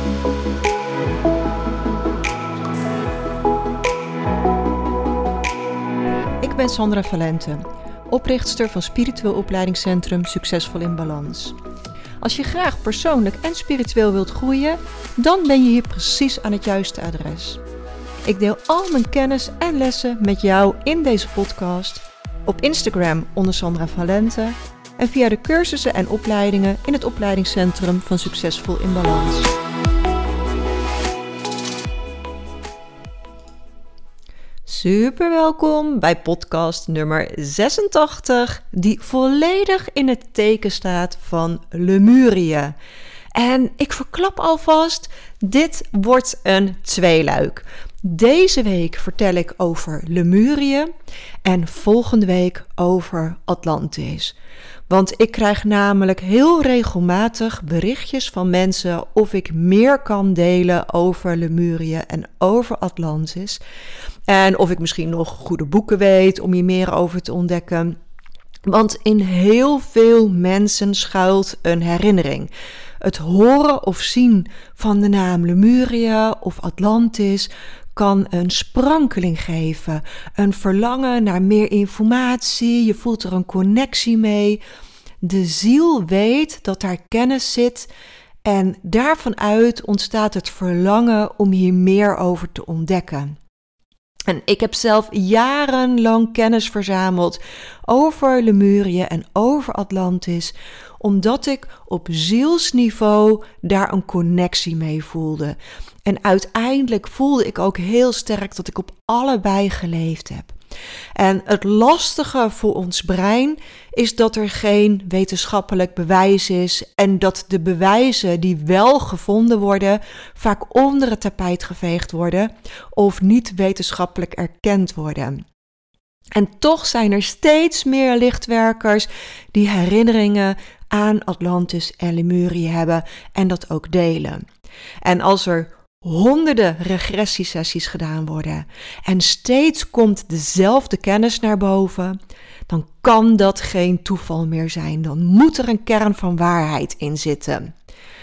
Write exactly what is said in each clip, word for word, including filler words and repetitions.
Ik ben Sandra Valente, oprichtster van spiritueel opleidingscentrum Succesvol in Balans. Als je graag persoonlijk en spiritueel wilt groeien, dan ben je hier precies aan het juiste adres. Ik deel al mijn kennis en lessen met jou in deze podcast, op Instagram onder Sandra Valente en via de cursussen en opleidingen in het opleidingscentrum van Succesvol in Balans. Super welkom bij podcast nummer zesentachtig, die volledig in het teken staat van Lemuria. En ik verklap alvast, dit wordt een tweeluik. Deze week vertel ik over Lemuria en volgende week over Atlantis. Want ik krijg namelijk heel regelmatig berichtjes van mensen of ik meer kan delen over Lemuria en over Atlantis. En of ik misschien nog goede boeken weet om hier meer over te ontdekken. Want in heel veel mensen schuilt een herinnering. Het horen of zien van de naam Lemuria of Atlantis kan een sprankeling geven. Een verlangen naar meer informatie, je voelt er een connectie mee. De ziel weet dat daar kennis zit en daarvan uit ontstaat het verlangen om hier meer over te ontdekken. En ik heb zelf jarenlang kennis verzameld over Lemuria en over Atlantis, omdat ik op zielsniveau daar een connectie mee voelde. En uiteindelijk voelde ik ook heel sterk dat ik op allebei geleefd heb. En het lastige voor ons brein is dat er geen wetenschappelijk bewijs is en dat de bewijzen die wel gevonden worden vaak onder het tapijt geveegd worden of niet wetenschappelijk erkend worden. En toch zijn er steeds meer lichtwerkers die herinneringen aan Atlantis en Lemuria hebben en dat ook delen. En als er honderden regressiesessies gedaan worden en steeds komt dezelfde kennis naar boven, dan kan dat geen toeval meer zijn. Dan moet er een kern van waarheid in zitten.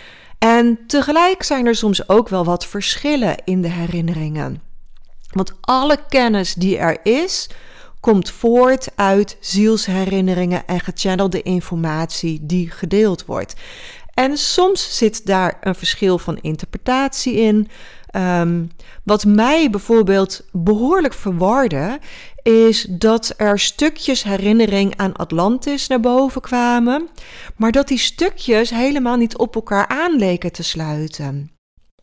En tegelijk zijn er soms ook wel wat verschillen in de herinneringen. Want alle kennis die er is, komt voort uit zielsherinneringen en gechannelde informatie die gedeeld wordt. En soms zit daar een verschil van interpretatie in. Um, wat mij bijvoorbeeld behoorlijk verwarde, is dat er stukjes herinnering aan Atlantis naar boven kwamen, maar dat die stukjes helemaal niet op elkaar aan leken te sluiten.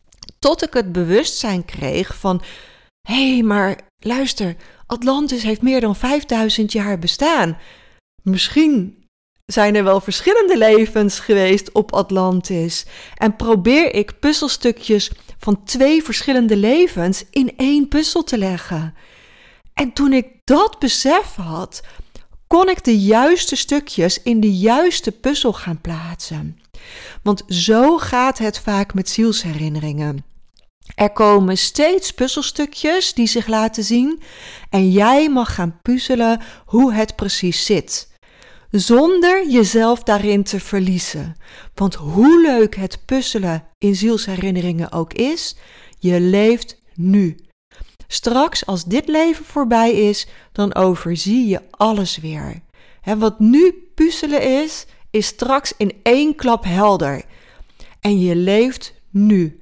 Tot ik het bewustzijn kreeg van, hé, hey, maar luister, Atlantis heeft meer dan vijfduizend jaar bestaan. Misschien zijn er wel verschillende levens geweest op Atlantis en probeer ik puzzelstukjes van twee verschillende levens in één puzzel te leggen. En toen ik dat besef had, kon ik de juiste stukjes in de juiste puzzel gaan plaatsen. Want zo gaat het vaak met zielsherinneringen. Er komen steeds puzzelstukjes die zich laten zien en jij mag gaan puzzelen hoe het precies zit. Zonder jezelf daarin te verliezen. Want hoe leuk het puzzelen in zielsherinneringen ook is, je leeft nu. Straks als dit leven voorbij is, dan overzie je alles weer. He, wat nu puzzelen is, is straks in één klap helder. En je leeft nu.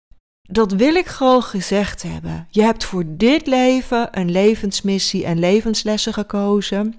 Dat wil ik gewoon gezegd hebben. Je hebt voor dit leven een levensmissie en levenslessen gekozen.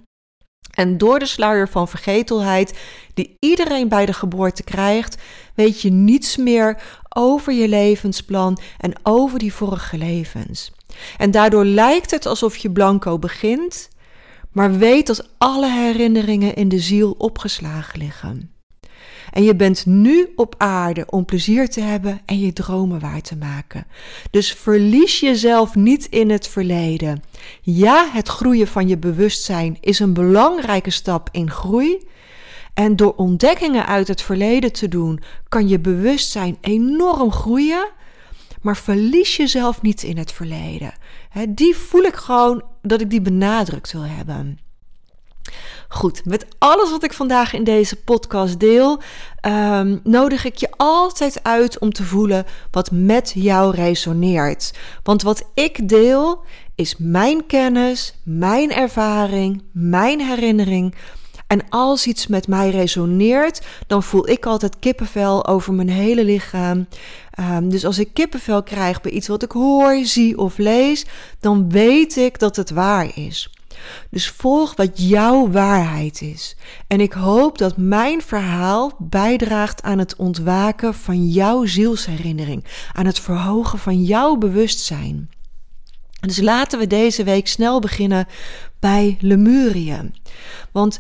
En door de sluier van vergetelheid die iedereen bij de geboorte krijgt, weet je niets meer over je levensplan en over die vorige levens. En daardoor lijkt het alsof je blanco begint, maar weet dat alle herinneringen in de ziel opgeslagen liggen. En je bent nu op aarde om plezier te hebben en je dromen waar te maken. Dus verlies jezelf niet in het verleden. Ja, het groeien van je bewustzijn is een belangrijke stap in groei. En door ontdekkingen uit het verleden te doen, kan je bewustzijn enorm groeien. Maar verlies jezelf niet in het verleden. He, die voel ik gewoon dat ik die benadrukt wil hebben. Goed, met alles wat ik vandaag in deze podcast deel, um, nodig ik je altijd uit om te voelen wat met jou resoneert. Want wat ik deel is mijn kennis, mijn ervaring, mijn herinnering. En als iets met mij resoneert, dan voel ik altijd kippenvel over mijn hele lichaam. Um, dus als ik kippenvel krijg bij iets wat ik hoor, zie of lees, dan weet ik dat het waar is. Dus volg wat jouw waarheid is. En ik hoop dat mijn verhaal bijdraagt aan het ontwaken van jouw zielsherinnering, aan het verhogen van jouw bewustzijn. Dus laten we deze week snel beginnen bij Lemurië. Want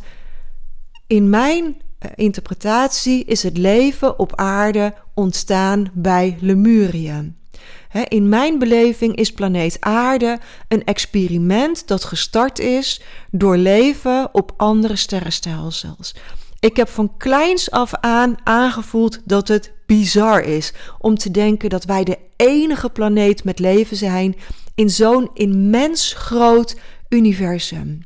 in mijn interpretatie is het leven op aarde ontstaan bij Lemurië. In mijn beleving is planeet Aarde een experiment dat gestart is door leven op andere sterrenstelsels. Ik heb van kleins af aan aangevoeld dat het bizar is om te denken dat wij de enige planeet met leven zijn in zo'n immens groot universum.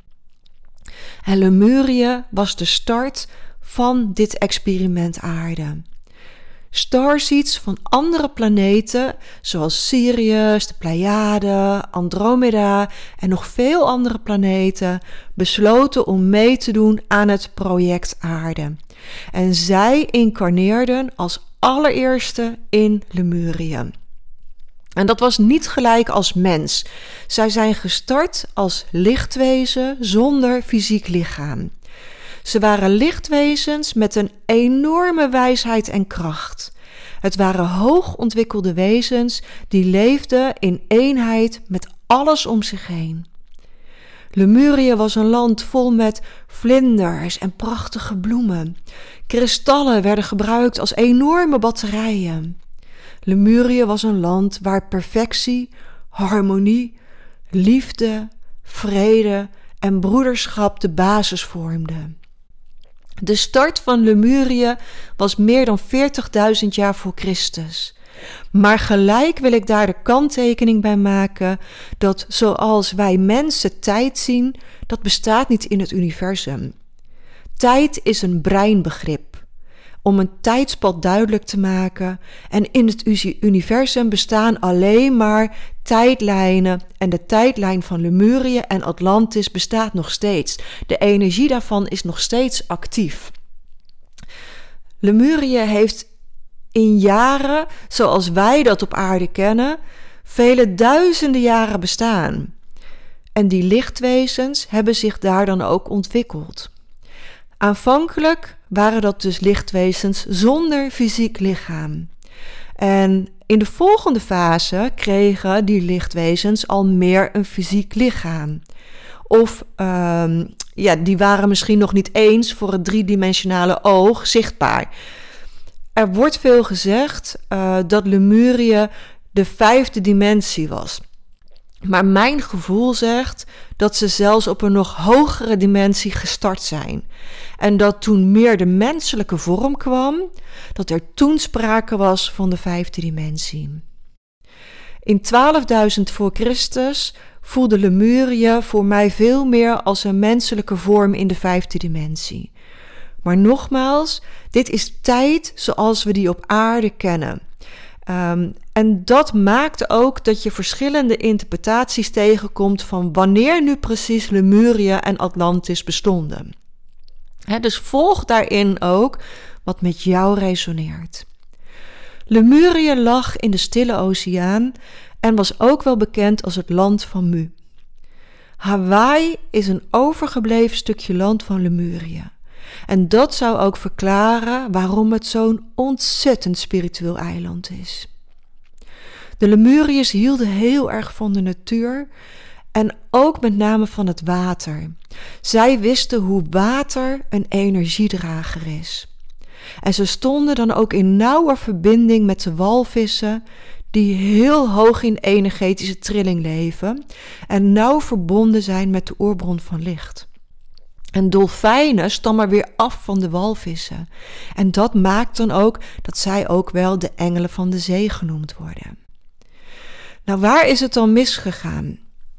En Lemurië was de start van dit experiment Aarde. Starseeds van andere planeten, zoals Sirius, de Pleiade, Andromeda en nog veel andere planeten, besloten om mee te doen aan het project Aarde. En zij incarneerden als allereerste in Lemurië. En dat was niet gelijk als mens. Zij zijn gestart als lichtwezen zonder fysiek lichaam. Ze waren lichtwezens met een enorme wijsheid en kracht. Het waren hoogontwikkelde wezens die leefden in eenheid met alles om zich heen. Lemurië was een land vol met vlinders en prachtige bloemen. Kristallen werden gebruikt als enorme batterijen. Lemurië was een land waar perfectie, harmonie, liefde, vrede en broederschap de basis vormden. De start van Lemurië was meer dan veertigduizend jaar voor Christus. Maar gelijk wil ik daar de kanttekening bij maken dat zoals wij mensen tijd zien, dat bestaat niet in het universum. Tijd is een breinbegrip. Om een tijdspad duidelijk te maken. En in het universum bestaan alleen maar tijdlijnen. En de tijdlijn van Lemurië en Atlantis bestaat nog steeds. De energie daarvan is nog steeds actief. Lemurië heeft in jaren, zoals wij dat op aarde kennen, vele duizenden jaren bestaan. En die lichtwezens hebben zich daar dan ook ontwikkeld. Aanvankelijk waren dat dus lichtwezens zonder fysiek lichaam. En in de volgende fase kregen die lichtwezens al meer een fysiek lichaam. Of um, ja, die waren misschien nog niet eens voor het driedimensionale oog zichtbaar. Er wordt veel gezegd uh, dat Lemurië de vijfde dimensie was. Maar mijn gevoel zegt dat ze zelfs op een nog hogere dimensie gestart zijn. En dat toen meer de menselijke vorm kwam, dat er toen sprake was van de vijfde dimensie. In twaalfduizend voor Christus voelde Lemurië voor mij veel meer als een menselijke vorm in de vijfde dimensie. Maar nogmaals, dit is tijd zoals we die op aarde kennen. Um, en dat maakt ook dat je verschillende interpretaties tegenkomt van wanneer nu precies Lemurië en Atlantis bestonden. He, dus volg daarin ook wat met jou resoneert. Lemurië lag in de Stille Oceaan en was ook wel bekend als het land van Mu. Hawaii is een overgebleven stukje land van Lemurië. En dat zou ook verklaren waarom het zo'n ontzettend spiritueel eiland is. De Lemuriërs hielden heel erg van de natuur en ook met name van het water. Zij wisten hoe water een energiedrager is. En ze stonden dan ook in nauwe verbinding met de walvissen die heel hoog in energetische trilling leven en nauw verbonden zijn met de oorbron van licht. En dolfijnen stammen weer af van de walvissen. En dat maakt dan ook dat zij ook wel de engelen van de zee genoemd worden. Nou, waar is het dan misgegaan?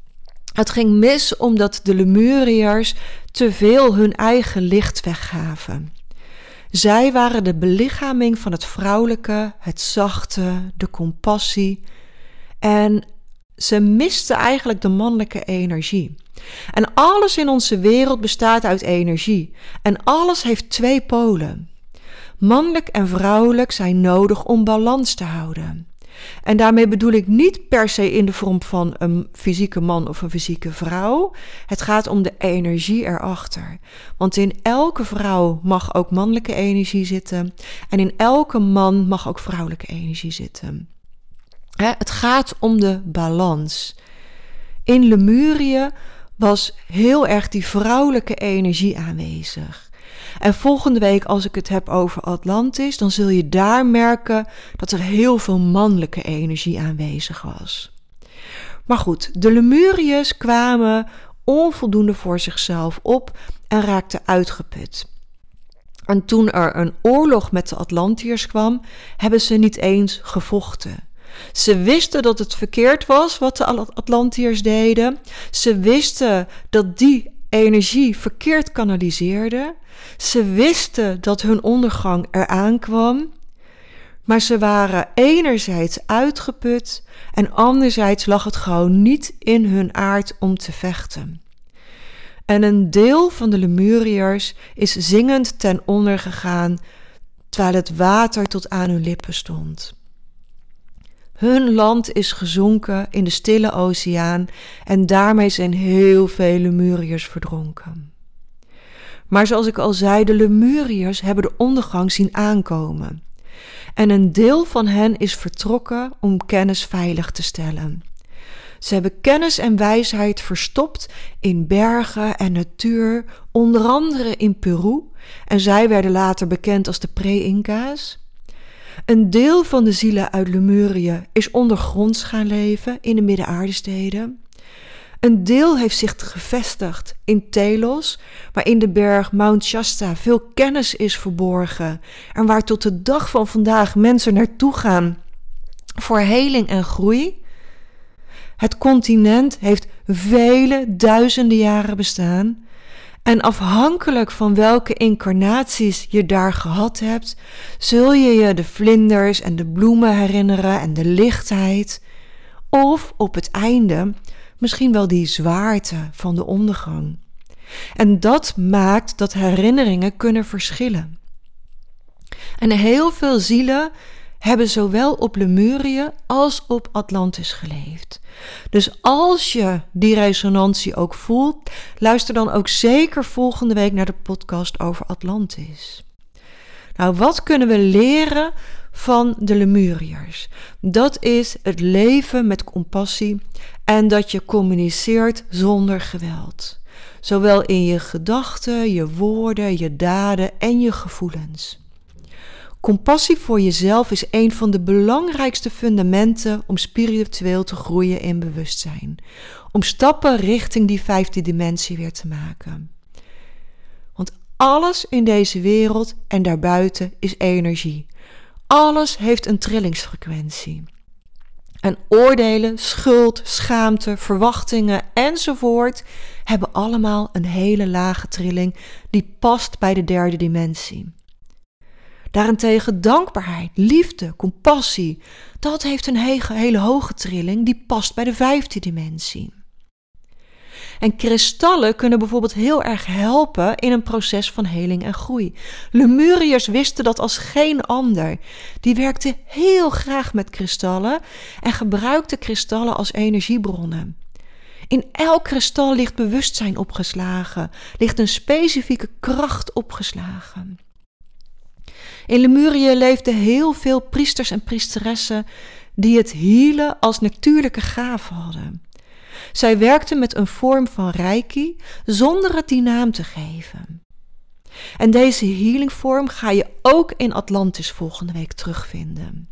Het ging mis omdat de Lemuriërs te veel hun eigen licht weggaven. Zij waren de belichaming van het vrouwelijke, het zachte, de compassie. En ze misten eigenlijk de mannelijke energie. En alles in onze wereld bestaat uit energie. En alles heeft twee polen. Mannelijk en vrouwelijk zijn nodig om balans te houden. En daarmee bedoel ik niet per se in de vorm van een fysieke man of een fysieke vrouw. Het gaat om de energie erachter. Want in elke vrouw mag ook mannelijke energie zitten. En in elke man mag ook vrouwelijke energie zitten. Het gaat om de balans. In Lemurië was heel erg die vrouwelijke energie aanwezig. En volgende week, als ik het heb over Atlantis, dan zul je daar merken dat er heel veel mannelijke energie aanwezig was. Maar goed, de Lemuriërs kwamen onvoldoende voor zichzelf op en raakten uitgeput. En toen er een oorlog met de Atlantiërs kwam, hebben ze niet eens gevochten. Ze wisten dat het verkeerd was wat de Atlantiërs deden. Ze wisten dat die energie verkeerd kanaliseerde. Ze wisten dat hun ondergang eraan kwam. Maar ze waren enerzijds uitgeput en anderzijds lag het gewoon niet in hun aard om te vechten. En een deel van de Lemuriërs is zingend ten onder gegaan, terwijl het water tot aan hun lippen stond. Hun land is gezonken in de Stille Oceaan en daarmee zijn heel veel Lemuriërs verdronken. Maar zoals ik al zei, de Lemuriërs hebben de ondergang zien aankomen. En een deel van hen is vertrokken om kennis veilig te stellen. Ze hebben kennis en wijsheid verstopt in bergen en natuur, onder andere in Peru. En zij werden later bekend als de pre-Inca's. Een deel van de zielen uit Lemurië is ondergronds gaan leven in de Midden-Aardesteden. Een deel heeft zich gevestigd in Telos, waar in de berg Mount Shasta veel kennis is verborgen en waar tot de dag van vandaag mensen naartoe gaan voor heling en groei. Het continent heeft vele duizenden jaren bestaan en afhankelijk van welke incarnaties je daar gehad hebt, zul je je de vlinders en de bloemen herinneren en de lichtheid, of op het einde misschien wel die zwaarte van de ondergang. En dat maakt dat herinneringen kunnen verschillen. En heel veel zielen hebben zowel op Lemurië als op Atlantis geleefd. Dus als je die resonantie ook voelt, luister dan ook zeker volgende week naar de podcast over Atlantis. Nou, wat kunnen we leren van de Lemuriërs? Dat is het leven met compassie en dat je communiceert zonder geweld. Zowel in je gedachten, je woorden, je daden en je gevoelens. Compassie voor jezelf is een van de belangrijkste fundamenten om spiritueel te groeien in bewustzijn. Om stappen richting die vijfde dimensie weer te maken. Want alles in deze wereld en daarbuiten is energie. Alles heeft een trillingsfrequentie. En oordelen, schuld, schaamte, verwachtingen enzovoort hebben allemaal een hele lage trilling die past bij de derde dimensie. Daarentegen dankbaarheid, liefde, compassie, dat heeft een hele, hele hoge trilling die past bij de vijfde dimensie. En kristallen kunnen bijvoorbeeld heel erg helpen in een proces van heling en groei. Lemuriërs wisten dat als geen ander. Die werkten heel graag met kristallen en gebruikten kristallen als energiebronnen. In elk kristal ligt bewustzijn opgeslagen, ligt een specifieke kracht opgeslagen. In Lemurië leefden heel veel priesters en priesteressen die het healen als natuurlijke gave hadden. Zij werkten met een vorm van reiki zonder het die naam te geven. En deze healingvorm ga je ook in Atlantis volgende week terugvinden.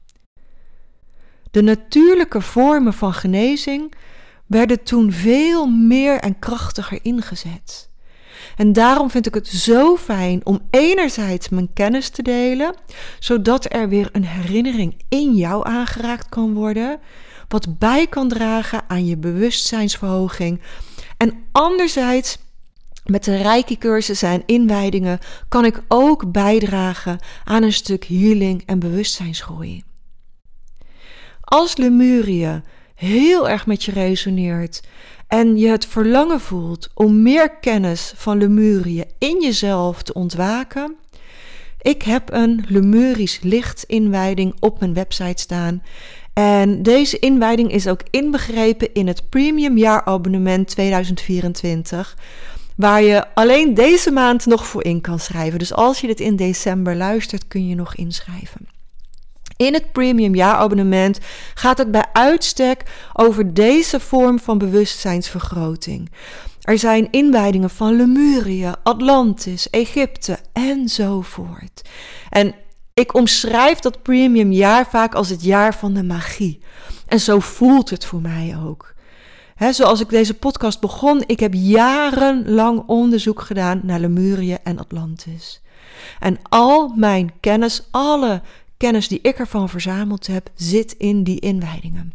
De natuurlijke vormen van genezing werden toen veel meer en krachtiger ingezet. En daarom vind ik het zo fijn om enerzijds mijn kennis te delen, zodat er weer een herinnering in jou aangeraakt kan worden, wat bij kan dragen aan je bewustzijnsverhoging. En anderzijds, met de Reiki-cursussen en inwijdingen kan ik ook bijdragen aan een stuk healing en bewustzijnsgroei. Als Lemuria heel erg met je resoneert en je het verlangen voelt om meer kennis van Lemuria in jezelf te ontwaken, ik heb een Lemurisch licht inwijding op mijn website staan. En deze inwijding is ook inbegrepen in het premium jaarabonnement tweeduizend vierentwintig, waar je alleen deze maand nog voor in kan schrijven. Dus als je dit in december luistert, kun je nog inschrijven. In het premium jaarabonnement gaat het bij uitstek over deze vorm van bewustzijnsvergroting. Er zijn inwijdingen van Lemuria, Atlantis, Egypte enzovoort. En ik omschrijf dat premium jaar vaak als het jaar van de magie. En zo voelt het voor mij ook. He, zoals ik deze podcast begon, ik heb jarenlang onderzoek gedaan naar Lemuria en Atlantis. En al mijn kennis, alle kennis die ik ervan verzameld heb, zit in die inwijdingen.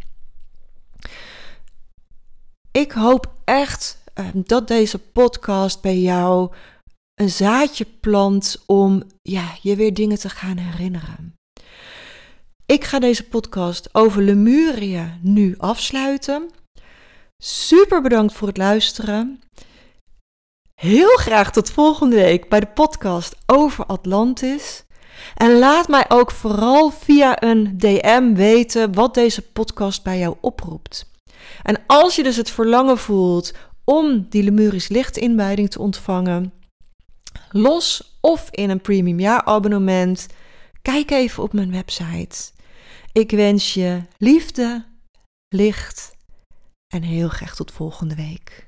Ik hoop echt uh, dat deze podcast bij jou een zaadje plant om ja, je weer dingen te gaan herinneren. Ik ga deze podcast over Lemuria nu afsluiten. Super bedankt voor het luisteren. Heel graag tot volgende week bij de podcast over Atlantis. En laat mij ook vooral via een D M weten wat deze podcast bij jou oproept. En als je dus het verlangen voelt om die Lemurisch lichtinwijding te ontvangen, los of in een premium jaarabonnement, kijk even op mijn website. Ik wens je liefde, licht en heel graag tot volgende week.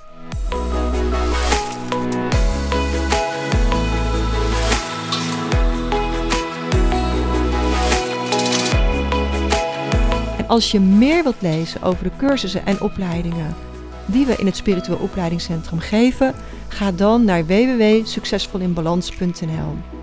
En als je meer wilt lezen over de cursussen en opleidingen die we in het Spiritueel Opleidingscentrum geven, ga dan naar w w w punt succesvolinbalans punt n l.